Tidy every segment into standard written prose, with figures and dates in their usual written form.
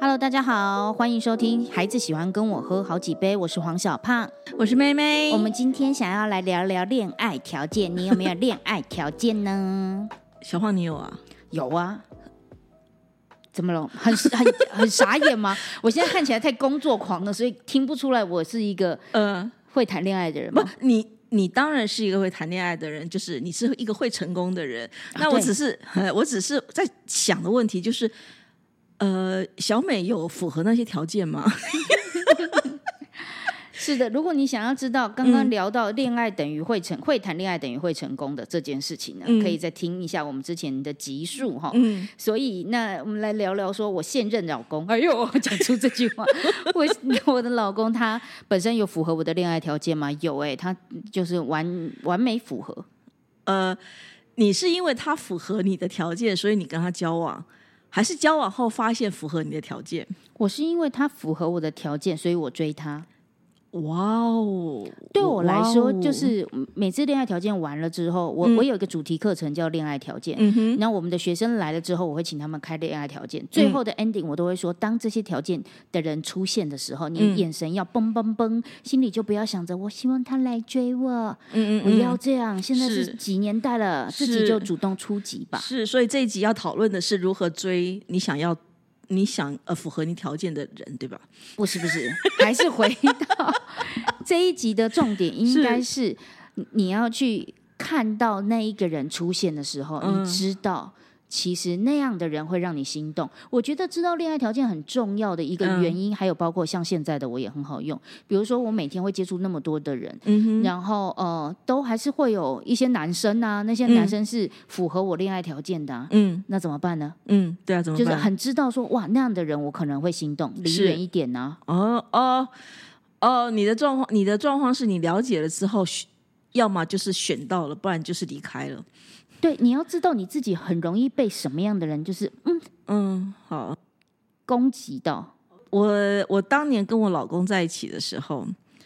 Hello， 大家好，欢迎收听孩子喜欢跟我喝好几杯，我是黄小胖， 我是妹妹。 我们今天想要来聊聊恋爱条件，你有没有恋爱条件呢？ 小胖你有啊？ 有啊。怎么了？很傻眼吗？我现在看起来太工作狂了，所以听不出来我是一个会谈恋爱的人吗？ 不，你当然是一个会谈恋爱的人，就是你是一个会成功的人。那我只是在想的问题就是，小美有符合那些条件吗？ 是的，如果你想要知道刚刚聊到恋爱等于会谈恋爱等于会成功的这件事情呢，可以再听一下我们之前的集数哈。所以那我们来聊聊说我现任老公，哎呦，讲出这句话，我的老公他本身有符合我的恋爱条件吗？有他就是完美符合。 你是因为他符合你的条件，所以你跟他交往，还是交往后发现符合你的条件？ 我是因为他符合我的条件，所以我追他。 哇哦！ 对我来说，就是每次恋爱条件完了之后，我有一个主题课程叫恋爱条件。然后我们的学生来了之后，我会请他们开恋爱条件。最后的 ending 我都会说，当这些条件的人出现的时候，你眼神要蹦蹦蹦，心里就不要想着我希望他来追我，不要这样。现在是几年代了，自己就主动出击吧。 是，所以这一集要讨论的是如何追你想符合你条件的人，对吧？ 不是，还是回到这一集的重点，应该是你要去看到那一个人出现的时候，你知道其实那样的人会让你心动。我觉得知道恋爱条件很重要的一个原因，还有包括像现在的我也很好用。比如说我每天会接触那么多的人，然后都还是会有一些男生啊，那些男生是符合我恋爱条件的那怎么办呢？ 对啊，怎么办？ 就是很知道说哇，那样的人我可能会心动，离远一点啊。 你的状况是你了解了之后，要么就是选到了，不然就是离开了。 对，你要知道你自己很容易被什么样的人就是好攻击到。 我当年跟我老公在一起的时候，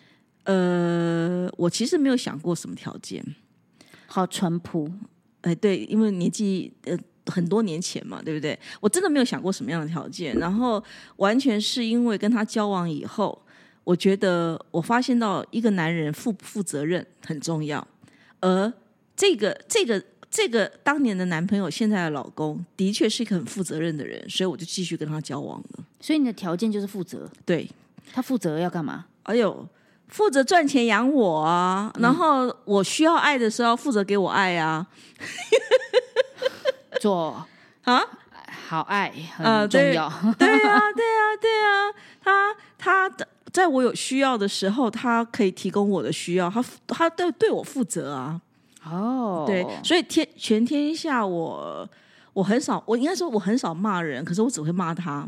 我其实没有想过什么条件， 好淳朴。 对，因为年纪很多年前嘛，对不对？我真的没有想过什么样的条件，然后完全是因为跟他交往以后，我觉得我发现到一个男人负不负责任很重要，而这个当年的男朋友，现在的老公，的确是一个很负责任的人，所以我就继续跟他交往了。 所以你的条件就是负责。 对， 他负责要干嘛？ 哎呦，负责赚钱养我啊，然后我需要爱的时候，负责给我爱啊。 做啊， 好爱很重要。 对啊，他在我有需要的时候，他可以提供我的需要，他对我负责啊。对，所以全天下我很少，我应该说我很少骂人，可是我只会骂他。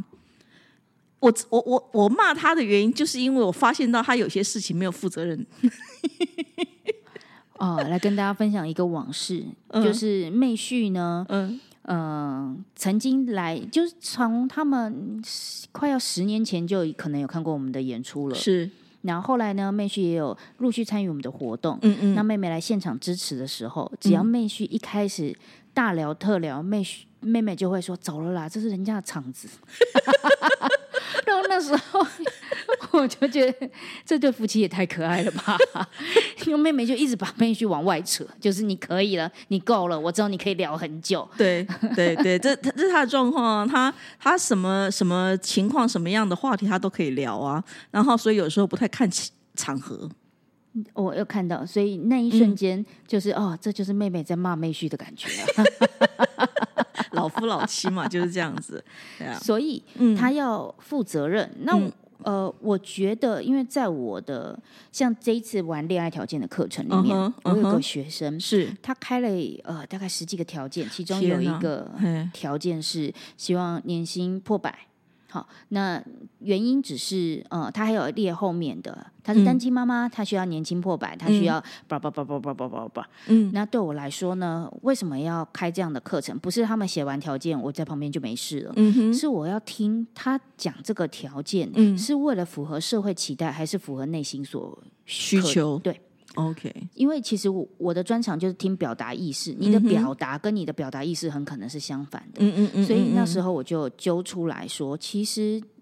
我骂他的原因，就是因为我发现到他有些事情没有负责任。 来跟大家分享一个往事，就是妹婿呢，曾经来，就是从他们快要10年前就可能有看过我们的演出了， 是。 然后后来呢，妹婿也有陆续参与我们的活动。那妹妹来现场支持的时候，只要妹婿一开始大聊特聊，妹妹就会说走了啦，这是人家的场子。然后那时候我就觉得这对夫妻也太可爱了吧。因为妹妹就一直把妹婿往外扯，就是你可以了，你够了，我知道你可以聊很久。 对，这是他的状况啊。他什么情况，什么样的话题他都可以聊啊。然后所以有时候不太看场合。 我有看到，所以那一瞬间就是这就是妹妹在骂妹婿的感觉老夫老妻嘛，就是这样子。对啊， 所以他要负责任。那我觉得，因为在我的像这一次玩恋爱条件的课程里面，我有个学生是他开了大概10几个条件，其中有一个条件是希望年薪破100。好，那原因只是他还有列后面的，他是单亲妈妈，他需要年薪破100，他需要叭叭叭叭叭叭叭叭。那对我来说呢，为什么要开这样的课程？不是他们写完条件我在旁边就没事了，是我要听他讲这个条件，是为了符合社会期待，还是符合内心所需求？ 对。 OK， 因为其实我的专长就是听表达意识，你的表达跟你的表达意识很可能是相反的，所以那时候我就揪出来说，其实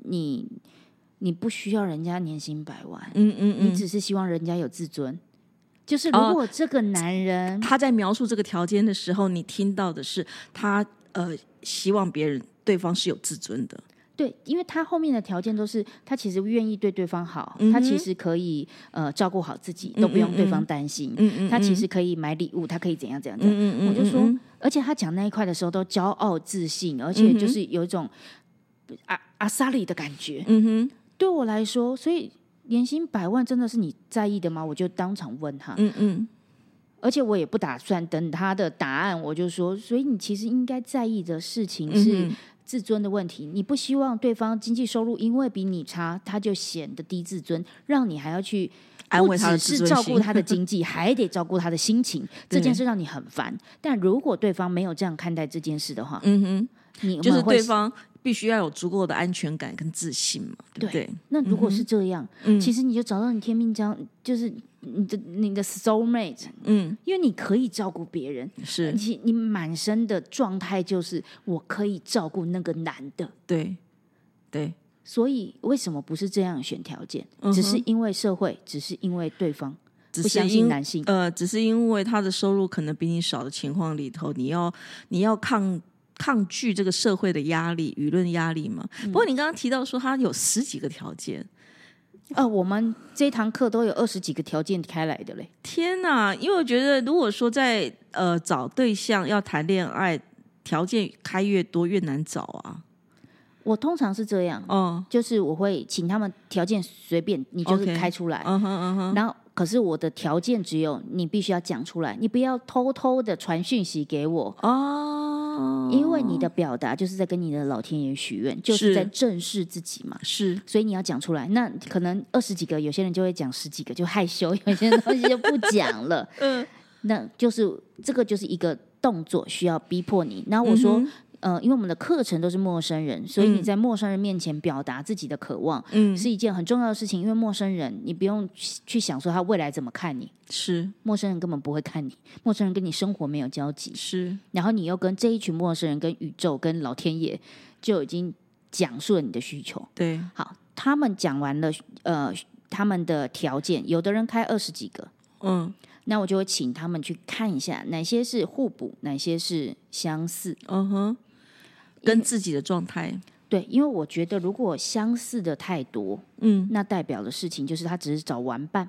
你不需要人家年薪100万，你只是希望人家有自尊。就是如果这个男人、 他在描述这个条件的时候，你听到的是他希望对方是有自尊的。 对，因为他后面的条件都是他其实愿意对对方好，他其实可以照顾好自己，都不用对方担心，他其实可以买礼物，他可以怎样怎样怎样。我就说，而且他讲那一块的时候都骄傲自信，而且就是有一种阿萨里的感觉。对我来说，所以年薪100万真的是你在意的吗？我就当场问他。而且我也不打算等他的答案，我就说，所以你其实应该在意的事情是自尊的问题，你不希望对方经济收入因为比你差，他就显得低自尊，让你还要去安慰他的自尊心， 不只是照顾他的经济，还得照顾他的心情，这件事让你很烦。但如果对方没有这样看待这件事的话，你就是对方必须要有足够的安全感跟自信嘛，对不对？ 那如果是这样，其实你就找到你天命章，就是你的 soul mate， 因为你可以照顾别人， 是你满身的状态就是我可以照顾那个男的， 对。 所以为什么不是这样选条件？只是因为社会，只是因为对方不相信男性， 只是因为他的收入可能比你少的情况里头，你要抗拒这个社会的压力、舆论压力嘛。不过你刚刚提到说他有10几个条件。 我们这堂课都有20几个条件开来的嘞！ 天哪！因为我觉得，如果说在找对象要谈恋爱，条件开越多越难找啊。 我通常是这样，就是我会请他们条件随便，你就是开出来，然后可是我的条件只有你必须要讲出来，你不要偷偷的传讯息给我因为你的表达就是在跟你的老天爷许愿，就是在正视自己嘛， 是， 所以你要讲出来。那可能20几个，有些人就会讲10几个，就害羞，有些东西就不讲了。那就是这个就是一个动作需要逼迫你。然后我说。因为我们的课程都是陌生人，所以你在陌生人面前表达自己的渴望，是一件很重要的事情。因为陌生人，你不用去想说他未来怎么看你， 是陌生人根本不会看你，陌生人跟你生活没有交集， 是。 然后你又跟这一群陌生人、跟宇宙、跟老天爷就已经讲述了你的需求。 对， 好，他们讲完了，他们的条件，有的人开20几个，那我就会请他们去看一下哪些是互补，哪些是相似。 跟自己的状态， 对，因为我觉得如果相似的太多，那代表的事情就是他只是找玩伴。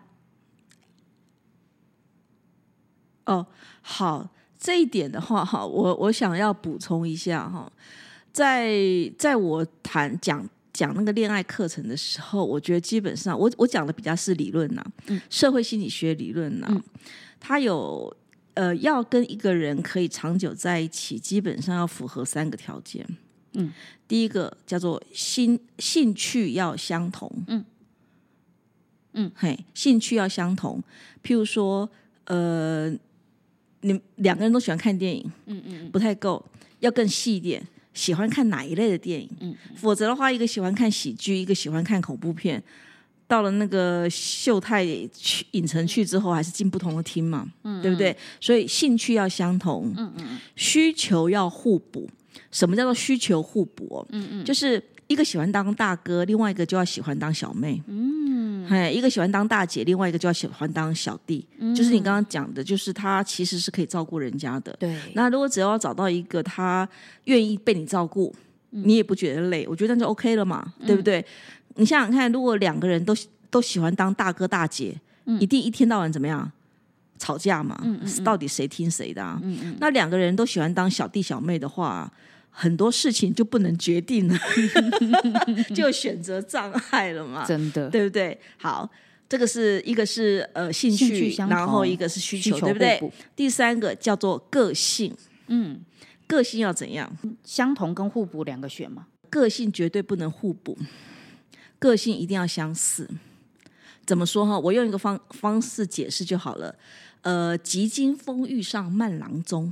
好，这一点的话，我想要补充一下哈，在我讲那个恋爱课程的时候，我觉得基本上我讲的比较是理论呐，社会心理学理论呐，它有。要跟一个人可以长久在一起，基本上要符合3个条件。第一个叫做兴趣要相同。兴趣要相同。譬如说，你2个人都喜欢看电影，不太够，要更细一点，喜欢看哪一类的电影？否则的话，一个喜欢看喜剧，一个喜欢看恐怖片。到了那个秀泰影城去之后，还是进不同的厅嘛，对不对？所以兴趣要相同，需求要互补。什么叫做需求互补？就是一个喜欢当大哥，另外一个就要喜欢当小妹。一个喜欢当大姐，另外一个就要喜欢当小弟。就是你刚刚讲的，就是他其实是可以照顾人家的。 对。 那如果只要找到一个他愿意被你照顾，你也不觉得累，我觉得那就 OK 了嘛，对不对？你想想看，如果2个人都喜欢当大哥大姐，一定一天到晚怎么样吵架嘛？到底谁听谁的啊？那2个人都喜欢当小弟小妹的话，很多事情就不能决定了，就选择障碍了嘛， 真的， 对不对？好，这个是一个是兴趣，然后一个是需求，对不对？第3个叫做个性，个性要怎样？ 相同跟互补2个选嘛？ 个性绝对不能互补。个性一定要相似。怎么说哈？我用一个方式解释就好了。急惊风遇上慢郎中，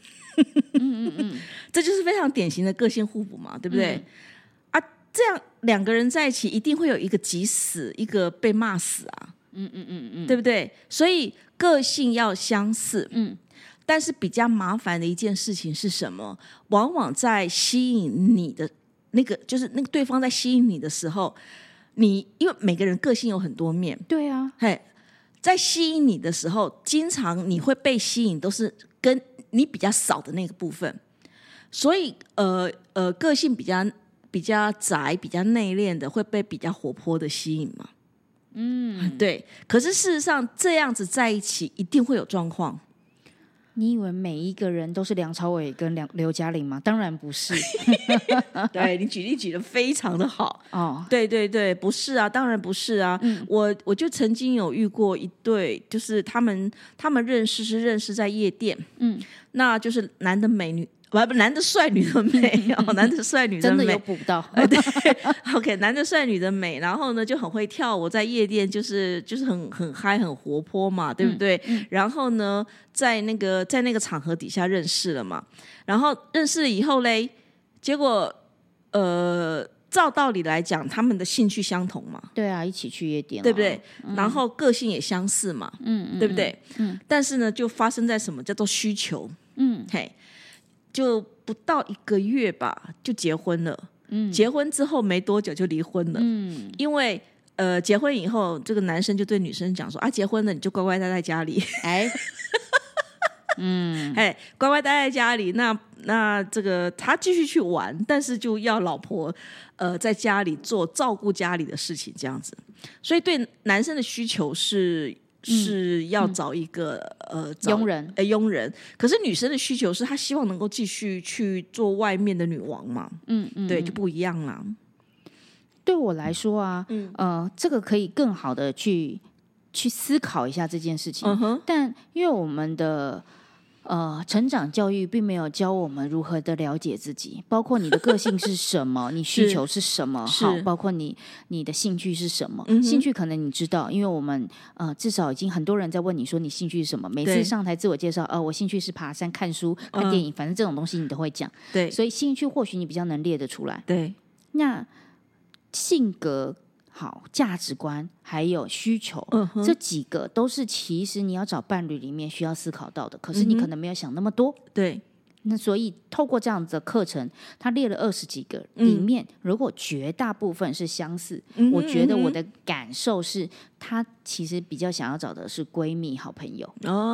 这就是非常典型的个性互补嘛，对不对？这样2个人在一起，一定会有一个急死，一个被骂死啊，对不对？所以个性要相似，但是比较麻烦的一件事情是什么？往往在吸引你的那个就是那个对方在吸引你的时候，你因为每个人个性有很多面， 对啊， 在吸引你的时候，经常你会被吸引都是跟你比较少的那个部分，所以个性比较宅、比较内敛的会被比较活泼的吸引嘛。对。可是事实上，这样子在一起一定会有状况。 你以为每一个人都是梁朝伟跟刘嘉玲吗？当然不是。 对，你举例举得非常的好。对对对，不是啊，当然不是啊。我就曾经有遇过一对，就是他们认识在夜店。那就是男的美女。男的帅女的美男的帅女的美， 真的有补到。 对，OK， 男的帅女的美，然后呢就很会跳舞，在夜店就是很嗨很活泼嘛，对不对？然后呢在那个场合底下认识了嘛，然后认识了以后嘞，结果照道理来讲，他们的兴趣相同嘛， 对啊，一起去夜店， 对不对？然后个性也相似嘛，对不对？但是呢，就发生在什么叫做需求？就不到1个月吧，就结婚了。结婚之后没多久就离婚了。因为结婚以后，这个男生就对女生讲说：“啊，结婚了你就乖乖待在家里。”乖乖待在家里。那这个他继续去玩，但是就要老婆在家里做照顾家里的事情，这样子。所以对男生的需求是要找一个佣人，可是女生的需求是她希望能够继续去做外面的女王嘛，对，就不一样啦。 对我来说啊，这个可以更好的去思考一下这件事情。但因为我们的成长教育并没有教我们如何的了解自己，包括你的个性是什么，你需求是什么，好，包括你的兴趣是什么。兴趣可能你知道，因为我们至少已经很多人在问你说你兴趣是什么。每次上台自我介绍，我兴趣是爬山、看书、看电影，反正这种东西你都会讲。对，所以兴趣或许你比较能列得出来。 对， 那性格。好，价值观还有需求，这几个都是其实你要找伴侣里面需要思考到的，可是你可能没有想那么多。 对， 那所以透过这样子的课程，他列了20几个，里面如果绝大部分是相似，我觉得我的感受是，他其实比较想要找的是闺蜜、好朋友。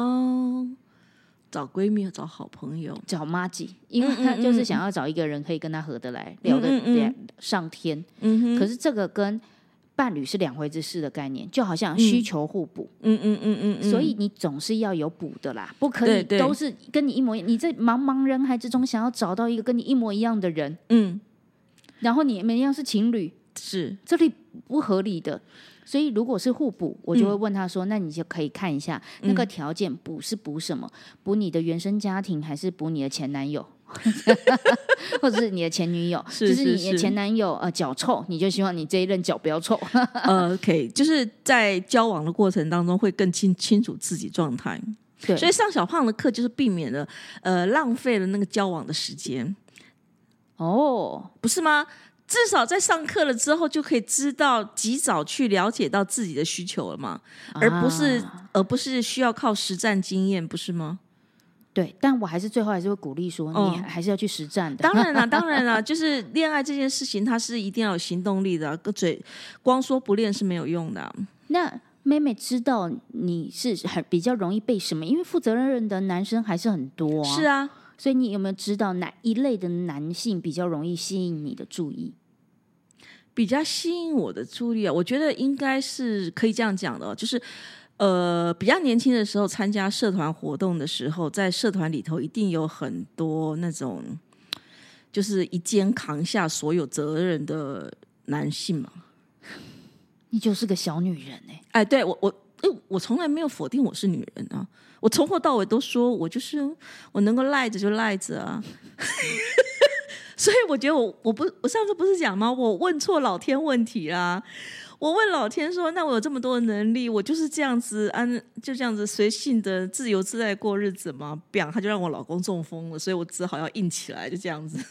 找闺蜜、找好朋友、 找麻吉，因为他就是想要找一个人可以跟他合得来，聊得上天。可是这个跟伴侣是2回事的概念，就好像需求互补。所以你总是要有补的啦，不可以都是跟你一模一样。你在茫茫人海之中想要找到一个跟你一模一样的人，然后你们一样是情侣， 是这里不合理的。所以如果是互补，我就会问他说，那你就可以看一下那个条件补是补什么，补你的原生家庭还是补你的前男友或者是你的前女友，就是你的前男友脚臭，你就希望你这一任脚不要臭。 OK， 就是在交往的过程当中会更清楚自己状态。对，所以上小胖的课就是避免了浪费了那个交往的时间。不是吗？至少在上课了之后就可以知道，及早去了解到自己的需求了嘛，而不是需要靠实战经验，不是吗？ 对，但我最后还是会鼓励说，你还是要去实战的。 当然啦，就是恋爱这件事情，它是一定要有行动力的，光说不练是没有用的。 那妹妹知道你是比较容易被什么？因为负责任的男生还是很多啊。 是啊。 所以你有没有知道哪一类的男性比较容易吸引你的注意？ 比较吸引我的注意啊，我觉得应该是可以这样讲的，就是比较年轻的时候参加社团活动的时候，在社团里头一定有很多那种就是一肩扛下所有责任的男性嘛。 你就是个小女人对，我从来没有否定我是女人啊，我从头到尾都说我能够赖着就赖着啊。所以我觉得我上次不是讲吗？我问错老天问题啦。我问老天说，那我有这么多的能力，我就是这样子就这样子随性的自由自在过日子吗？他就让我老公中风了，所以我只好要硬起来，就这样子。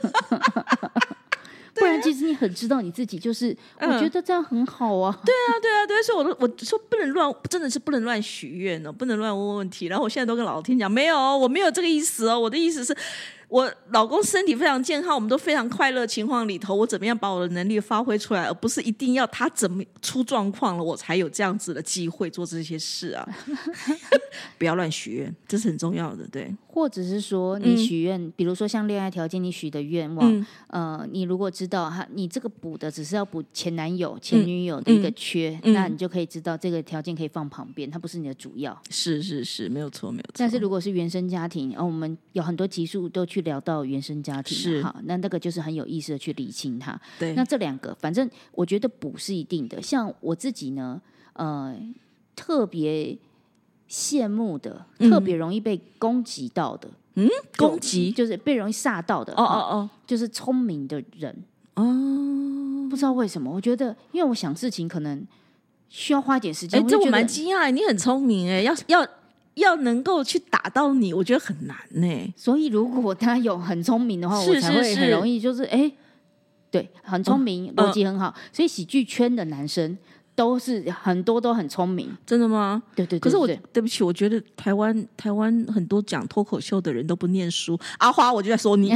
不然其实你很知道你自己，就是我觉得这样很好啊。 对啊，所以我说不能乱，真的是不能乱许愿哦，不能乱问问题。然后我现在都跟老天讲，没有，我没有这个意思哦，我的意思是我老公身体非常健康，我们都非常快乐情况里头，我怎么样把我的能力发挥出来，而不是一定要他怎么出状况了我才有这样子的机会做这些事啊。不要乱许愿，这是很重要的。对， 或者是说你许愿，比如说像恋爱条件你许的愿望，你如果知道你这个补的只是要补前男友前女友的一个缺，那你就可以知道这个条件可以放旁边，它不是你的主要。 是是是，没有错没有错。 但是如果是原生家庭，我们有很多集数都去聊到原生家庭， 是好，那个就是很有意识的去理清它。 对， 那这两个反正我觉得补是一定的。像我自己呢，特别羡慕的，特别容易被攻击到的， 攻击就是被容易煞到的，就是聪明的人。不知道为什么，我觉得因为我想事情可能需要花一点时间。 这我蛮惊讶，你很聪明要能够去打到你，我觉得很难呢。 所以如果他有很聪明的话，我才会很容易就是对，很聪明，逻辑很好。所以喜剧圈的男生都是很多都很聪明。 真的吗？ 对对对。 可是对不起，我觉得台湾很多讲脱口秀的人都不念书。阿花，我就在说你。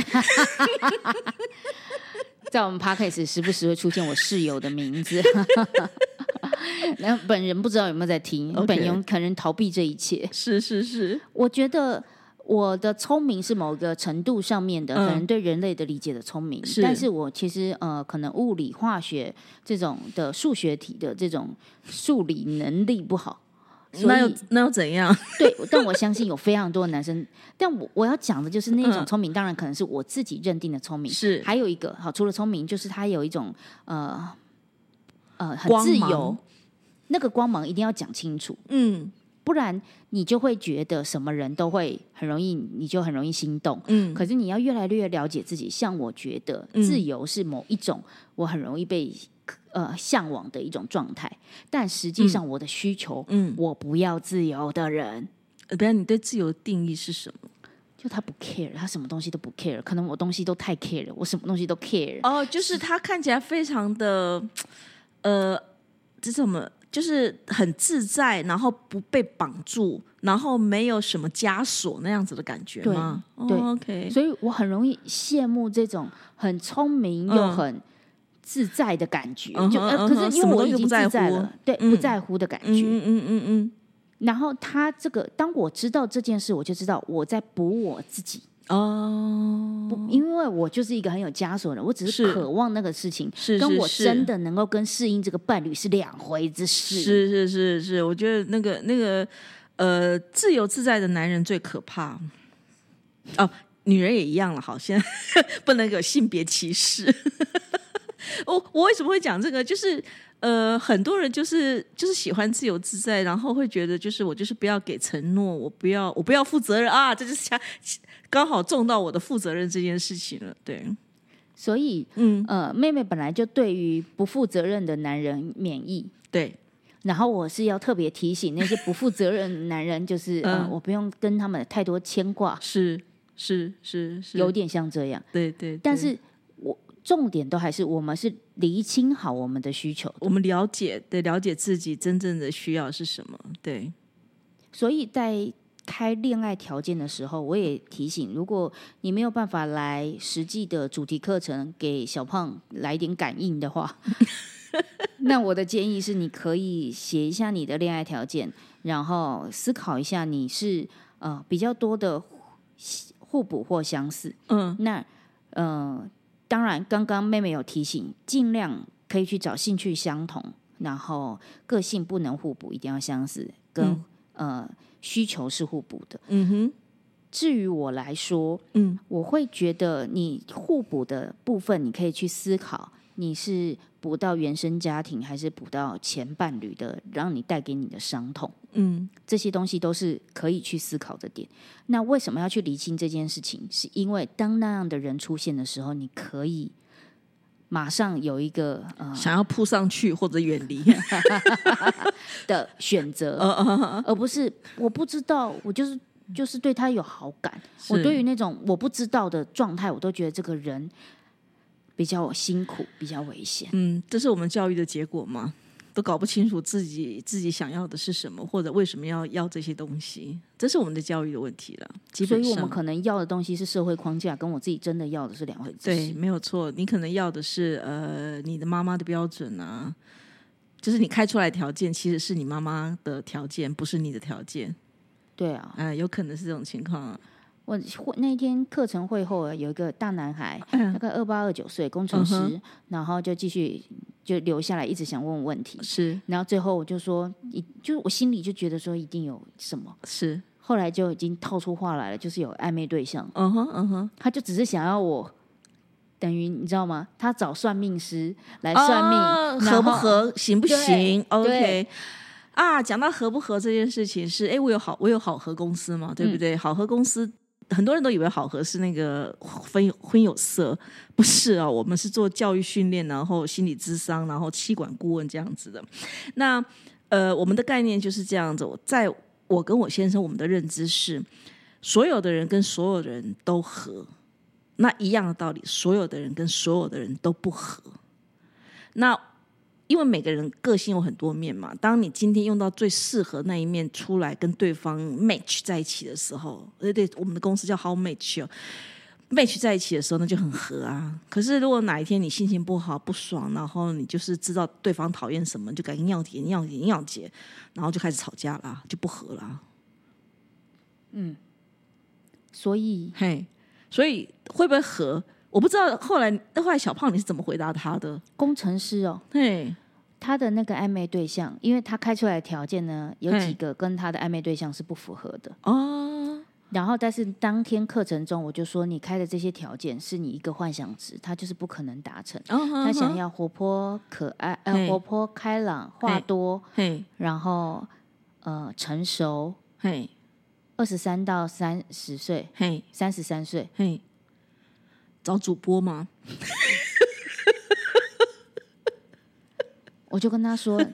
在我们 Podcast 时不时会出现我室友的名字。然后本人不知道有没有在听，本人可能逃避这一切。 是是是， 我觉得我的聪明是某个程度上面的，可能对人类的理解的聪明，但是我其实可能物理化学这种的数学题的这种数理能力不好。 那又怎样？ 对，但我相信有非常多的男生，但我要讲的就是那种聪明，当然可能是我自己认定的聪明。是，还有一个好，除了聪明，就是他有一种很自由，那个光芒一定要讲清楚，不然你就会觉得什么人都会很容易，你就很容易心动。可是你要越来越了解自己，像我觉得自由是某一种我很容易被向往的一种状态，但实际上我的需求，我不要自由的人。 不然你对自由的定义是什么？ 就他不 care， 他什么东西都不 care， 可能我东西都太 care 了，我什么东西都 care。 就是他看起来非常的这怎么？就是很自在，然后不被绑住，然后没有什么枷锁那样子的感觉吗？ 对 ，OK。 所以我很容易羡慕这种很聪明又很自在的感觉。可是因为我已经自在了，对，不在乎的感觉。然后他这个，当我知道这件事，我就知道我在补我自己。因为我就是一个很有枷锁的人，我只是渴望那个事情，跟我真的能够跟适应这个伴侣是两回之事。 是，我觉得那个自由自在的男人最可怕。女人也一样了，好，现在不能有性别歧视。我为什么会讲这个？就是很多人就是喜欢自由自在，然后会觉得就是我就是不要给承诺，我不要负责任啊，这就是刚好中到我的负责任这件事情了。对， 所以妹妹本来就对于不负责任的男人免疫。 对， 然后我是要特别提醒那些不负责任的男人，就是我不用跟他们太多牵挂。 是， 有点像这样。 对， 但是重点都还是我们是厘清好我们的需求， 我们了解自己真正的需要是什么。对， 所以在开恋爱条件的时候，我也提醒，如果你没有办法来实际的主题课程给小胖来点感应的话，那我的建议是你可以写一下你的恋爱条件，然后思考一下你是比较多的互补或相似。那当然，刚刚妹妹有提醒，尽量可以去找兴趣相同，然后个性不能互补，一定要相似，跟需求是互补的。至于我来说，我会觉得你互补的部分，你可以去思考，你是补到原生家庭，还是补到前伴侣的，让你带给你的伤痛。这些东西都是可以去思考的点。那为什么要去厘清这件事情？是因为当那样的人出现的时候，你可以马上有一个想要扑上去或者远离的选择，而不是我不知道，我就是对他有好感。我对于那种我不知道的状态，我都觉得这个人比较辛苦，比较危险。 这是我们教育的结果吗？ 都搞不清楚自己想要的是什么，或者为什么要这些东西，这是我们的教育的问题了。基本上， 所以我们可能要的东西是社会框架，跟我自己真的要的是两回事。 对，没有错。你可能要的是你的妈妈的标准啊，就是你开出来的条件其实是你妈妈的条件，不是你的条件。 对啊， 有可能是这种情况啊。 我那天课程会后有一个大男孩，大概28、29岁，工程师，然后就继续就留下来，一直想问我问题。 是， 然后最后我就说，就我心里就觉得说一定有什么。 是， 后来就已经套出话来了，就是有暧昧对象。他就只是想要我，等于你知道吗？他找算命师来算命， 合不合，行不行 ？OK。讲到合不合这件事情是，我有好合公司嘛，对不对？好合公司。很多人都以为好合是那个婚有色，不是啊，我们是做教育训练，然后心理咨商，然后企管顾问这样子的。那我们的概念就是这样子，在我跟我先生我们的认知是，所有的人跟所有的人都合，那一样的道理，所有的人跟所有的人都不合。那因为每个人个性有很多面嘛，当你今天用到最适合那一面出来跟对方 match 在一起的时候，对，我们的公司叫 How Match 在一起的时候，那就很合啊。可是如果哪一天你心情不好不爽，然后你就是知道对方讨厌什么，就赶紧要解，然后就开始吵架啦，就不合啦。 所以会不会合？我不知道后来小胖你是怎么回答他的？ 工程师哦，他的那个暧昧对象，因为他开出来的条件呢，有几个跟他的暧昧对象是不符合的哦。然后，但是当天课程中，我就说你开的这些条件是你一个幻想值，他就是不可能达成。他想要活泼可爱，活泼开朗，话多，然后成熟，23到30岁，33岁， 找主播吗？ 我就跟他说，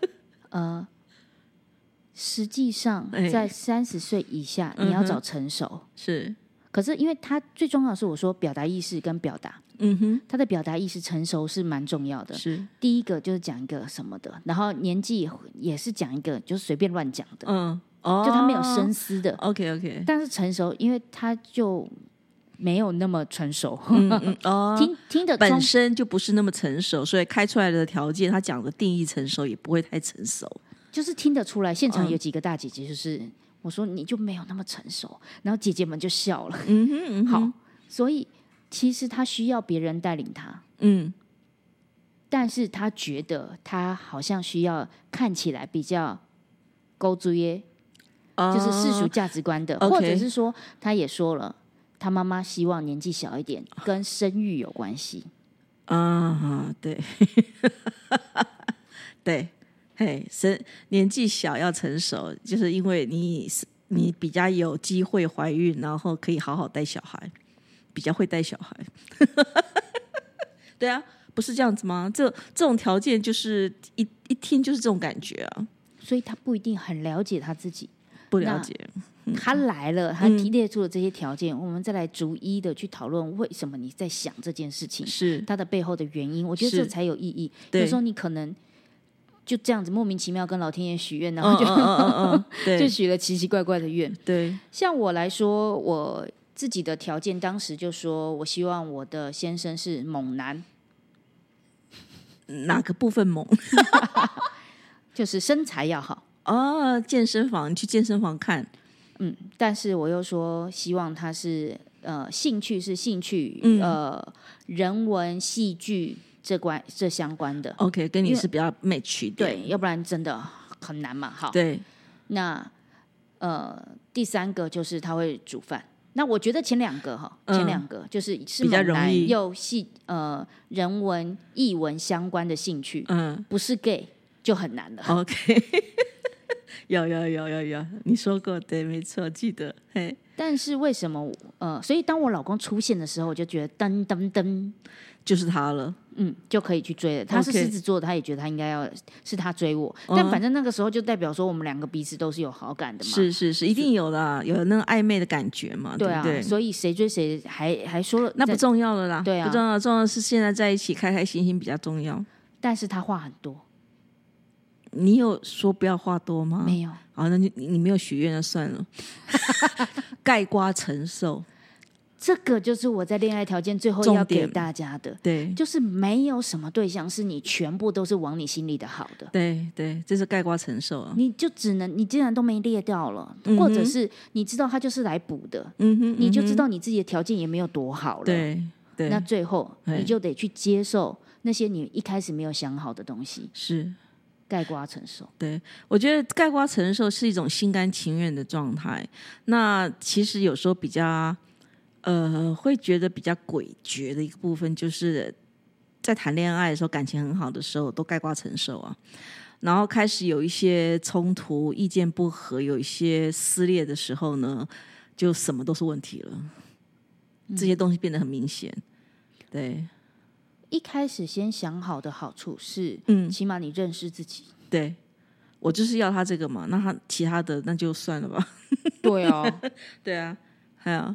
实际上在30岁以下，你要找成熟。 是， 可是因为他最重要的是，我说表达意识跟表达，他的表达意识成熟是蛮重要的。 是， 第一个就是讲一个什么的，然后年纪也是讲一个就是随便乱讲的，就他没有深思的。 OK， 但是成熟，因为他就没有那么成熟，听得本身就不是那么成熟，所以开出来的条件，他讲的定义成熟也不会太成熟， 就是听得出来。现场有几个大姐姐，就是我说你就没有那么成熟，然后姐姐们就笑了。好，所以其实他需要别人带领他，但是他觉得他好像需要看起来比较勾追耶，就是世俗价值观的，或者是说他也说了。他妈妈希望年纪小一点，跟生育有关系。 对，对，年纪小要成熟，就是因为你比较有机会怀孕，然后可以好好带小孩，比较会带小孩。对啊，不是这样子吗？这种条件就是一听就是这种感觉啊。 所以他不一定很了解他自己， 不了解。 他来了，他提列出了这些条件，我们再来逐一的去讨论为什么你在想这件事情， 是它的背后的原因。我觉得这才有意义。有时候你可能就这样子莫名其妙跟老天爷许愿，然后就许了奇奇怪怪的愿。 对， 像我来说，我自己的条件当时就说我希望我的先生是猛男。 哪个部分猛？ 就是身材要好。 健身房，你去健身房看。 但是我又说希望他是兴趣是兴趣，人文戏剧这相关的。 OK， 跟你是比较 match 的。 对，要不然真的很难嘛。好， 对。 那第三个就是他会煮饭。那我觉得前两个就是比较容易又人文艺文相关的兴趣，不是 gay 就很难了。 OK。有，你说过，对，没错，记得。 但是为什么所以当我老公出现的时候，我就觉得噔噔噔， 就是他了， 就可以去追了。他是狮子座的，他也觉得他应该要是他追我，但反正那个时候就代表说我们两个彼此都是有好感的嘛。 是，一定有的，有那种暧昧的感觉嘛，对不对？ 所以谁追谁还说了， 那不重要了啦。 对啊， 不重要，重要的是现在在一起开开心心比较重要。 但是他话很多。 你有说不要话多吗？ 没有。 好，那你没有许愿就算了。概括承受， 这个就是我在恋爱条件最后要给大家的， 对， 就是没有什么对象是你全部都是往你心里的好的， 对对，这是概括承受啊。 你就只能，你既然都没列掉了，或者是你知道他就是来补的，你就知道你自己的条件也没有多好了， 对对， 那最后你就得去接受那些你一开始没有想好的东西， 是概括承受。 对，我觉得概括承受是一种心甘情愿的状态。那其实有时候比较会觉得比较诡谲的一个部分，就是在谈恋爱的时候，感情很好的时候都概括承受啊，然后开始有一些冲突、意见不合、有一些撕裂的时候呢，就什么都是问题了，这些东西变得很明显。对， 一开始先想好的好处是，起码你认识自己。 对，我就是要他这个嘛，那他其他的那就算了吧。 对啊， 对啊，还有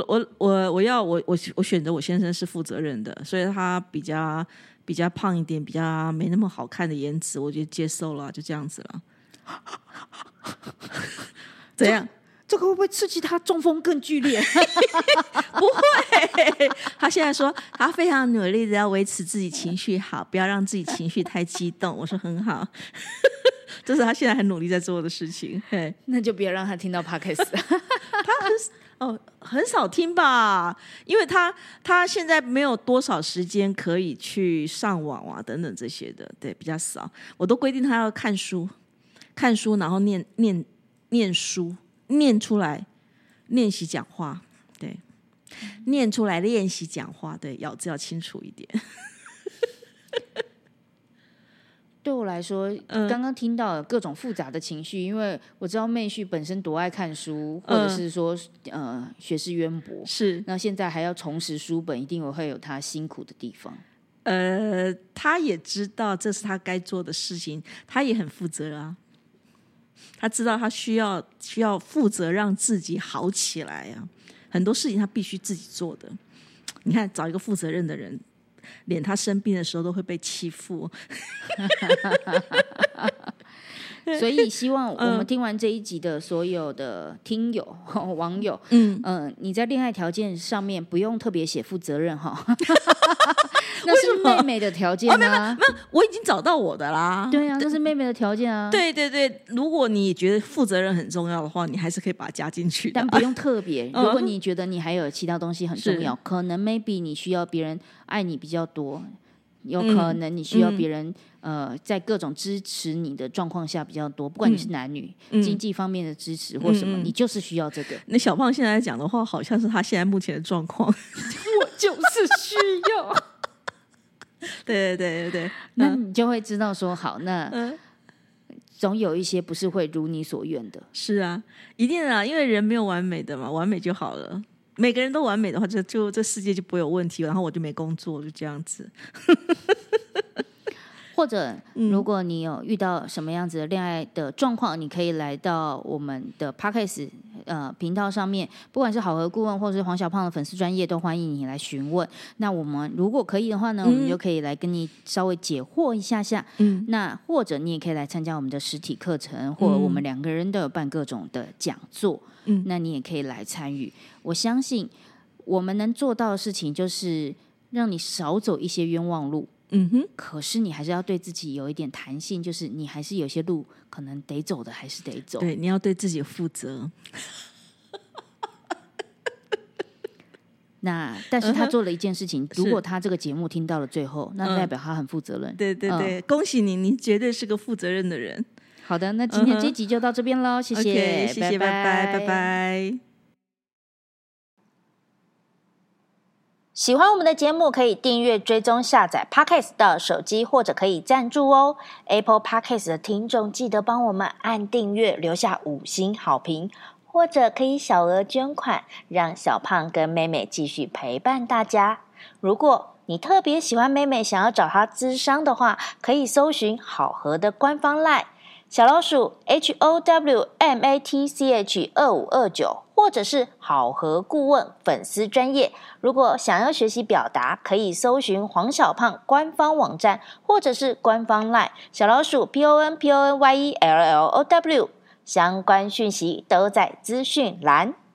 我选择我先生是负责任的，所以他比较胖一点，比较没那么好看的颜值，我就接受了，就这样子了。怎样？ 这个会不会刺激他中风更剧烈？ 不会，他现在说他非常努力的要维持自己情绪好，不要让自己情绪太激动。我说很好，这是他现在很努力在做的事情。 那就别让他听到 Podcast。 他很少听吧，因为他现在没有多少时间可以去上网啊等等这些的，对，比较少。我都规定他要看书，然后念书。念出来练习讲话，对，念出来练习讲话，对，咬字要清楚一点。 对我来说，刚刚听到各种复杂的情绪，因为我知道妹婿本身多爱看书，或者是说学识渊博， 是， 那现在还要重拾书本，一定会有他辛苦的地方。 他也知道这是他该做的事情，他也很负责啊。他知道他需要负责让自己好起来啊，很多事情他必须自己做的。你看，找一个负责任的人，连他生病的时候都会被欺负。 所以希望我们听完这一集的所有的听友、网友，你在恋爱条件上面不用特别写负责任哈。那是妹妹的条件啊， 没有，我已经找到我的啦。 对啊，那是妹妹的条件啊。 对对对，如果你觉得负责任很重要的话，你还是可以把它加进去的， 但不用特别。如果你觉得你还有其他东西很重要，可能 maybe 你需要别人爱你比较多，有可能你需要别人在各种支持你的状况下比较多，不管你是男女，经济方面的支持或什么，你就是需要这个。 那小胖现在讲的话，好像是他现在目前的状况。 我就是需要。 对对对对对， 那你就会知道说好，那总有一些不是会如你所愿的。 是啊，一定啊，因为人没有完美的嘛，完美就好了。每个人都完美的话，就这世界就不会有问题，然后我就没工作，就这样子。 或者如果你有遇到什么样子的恋爱的状况，你可以来到我们的 Podcast 频道上面，不管是好合顾问或是黄小胖的粉丝专页，都欢迎你来询问。那我们如果可以的话呢，我们就可以来跟你稍微解惑一下下。那或者你也可以来参加我们的实体课程，或者我们2个人都有办各种的讲座，那你也可以来参与。我相信我们能做到的事情就是让你少走一些冤枉路。可是你还是要对自己有一点弹性，就是你还是有些路可能得走的还是得走。 对，你要对自己负责。 那但是他做了一件事情，如果他这个节目听到了最后，那代表他很负责任。 对对对，恭喜你，你绝对是个负责任的人。 好的，那今天这集就到这边咯，谢谢， okay, 谢谢，拜拜，拜拜。 喜欢我们的节目，可以订阅、追踪、下载 Podcast 到手机，或者可以赞助哦。Apple Podcast 的听众记得帮我们按订阅，留下5星好评，或者可以小额捐款，让小胖跟妹妹继续陪伴大家。如果你特别喜欢妹妹，想要找她咨商的话，可以搜寻好合的官方 LINE， 小老鼠 HOWMATCH2529，或者是好合顾问粉丝专页。如果想要学习表达，可以搜寻黄小胖官方网站，或者是官方 LINE 小老鼠 PONPONYELLOW，相关讯息都在资讯栏。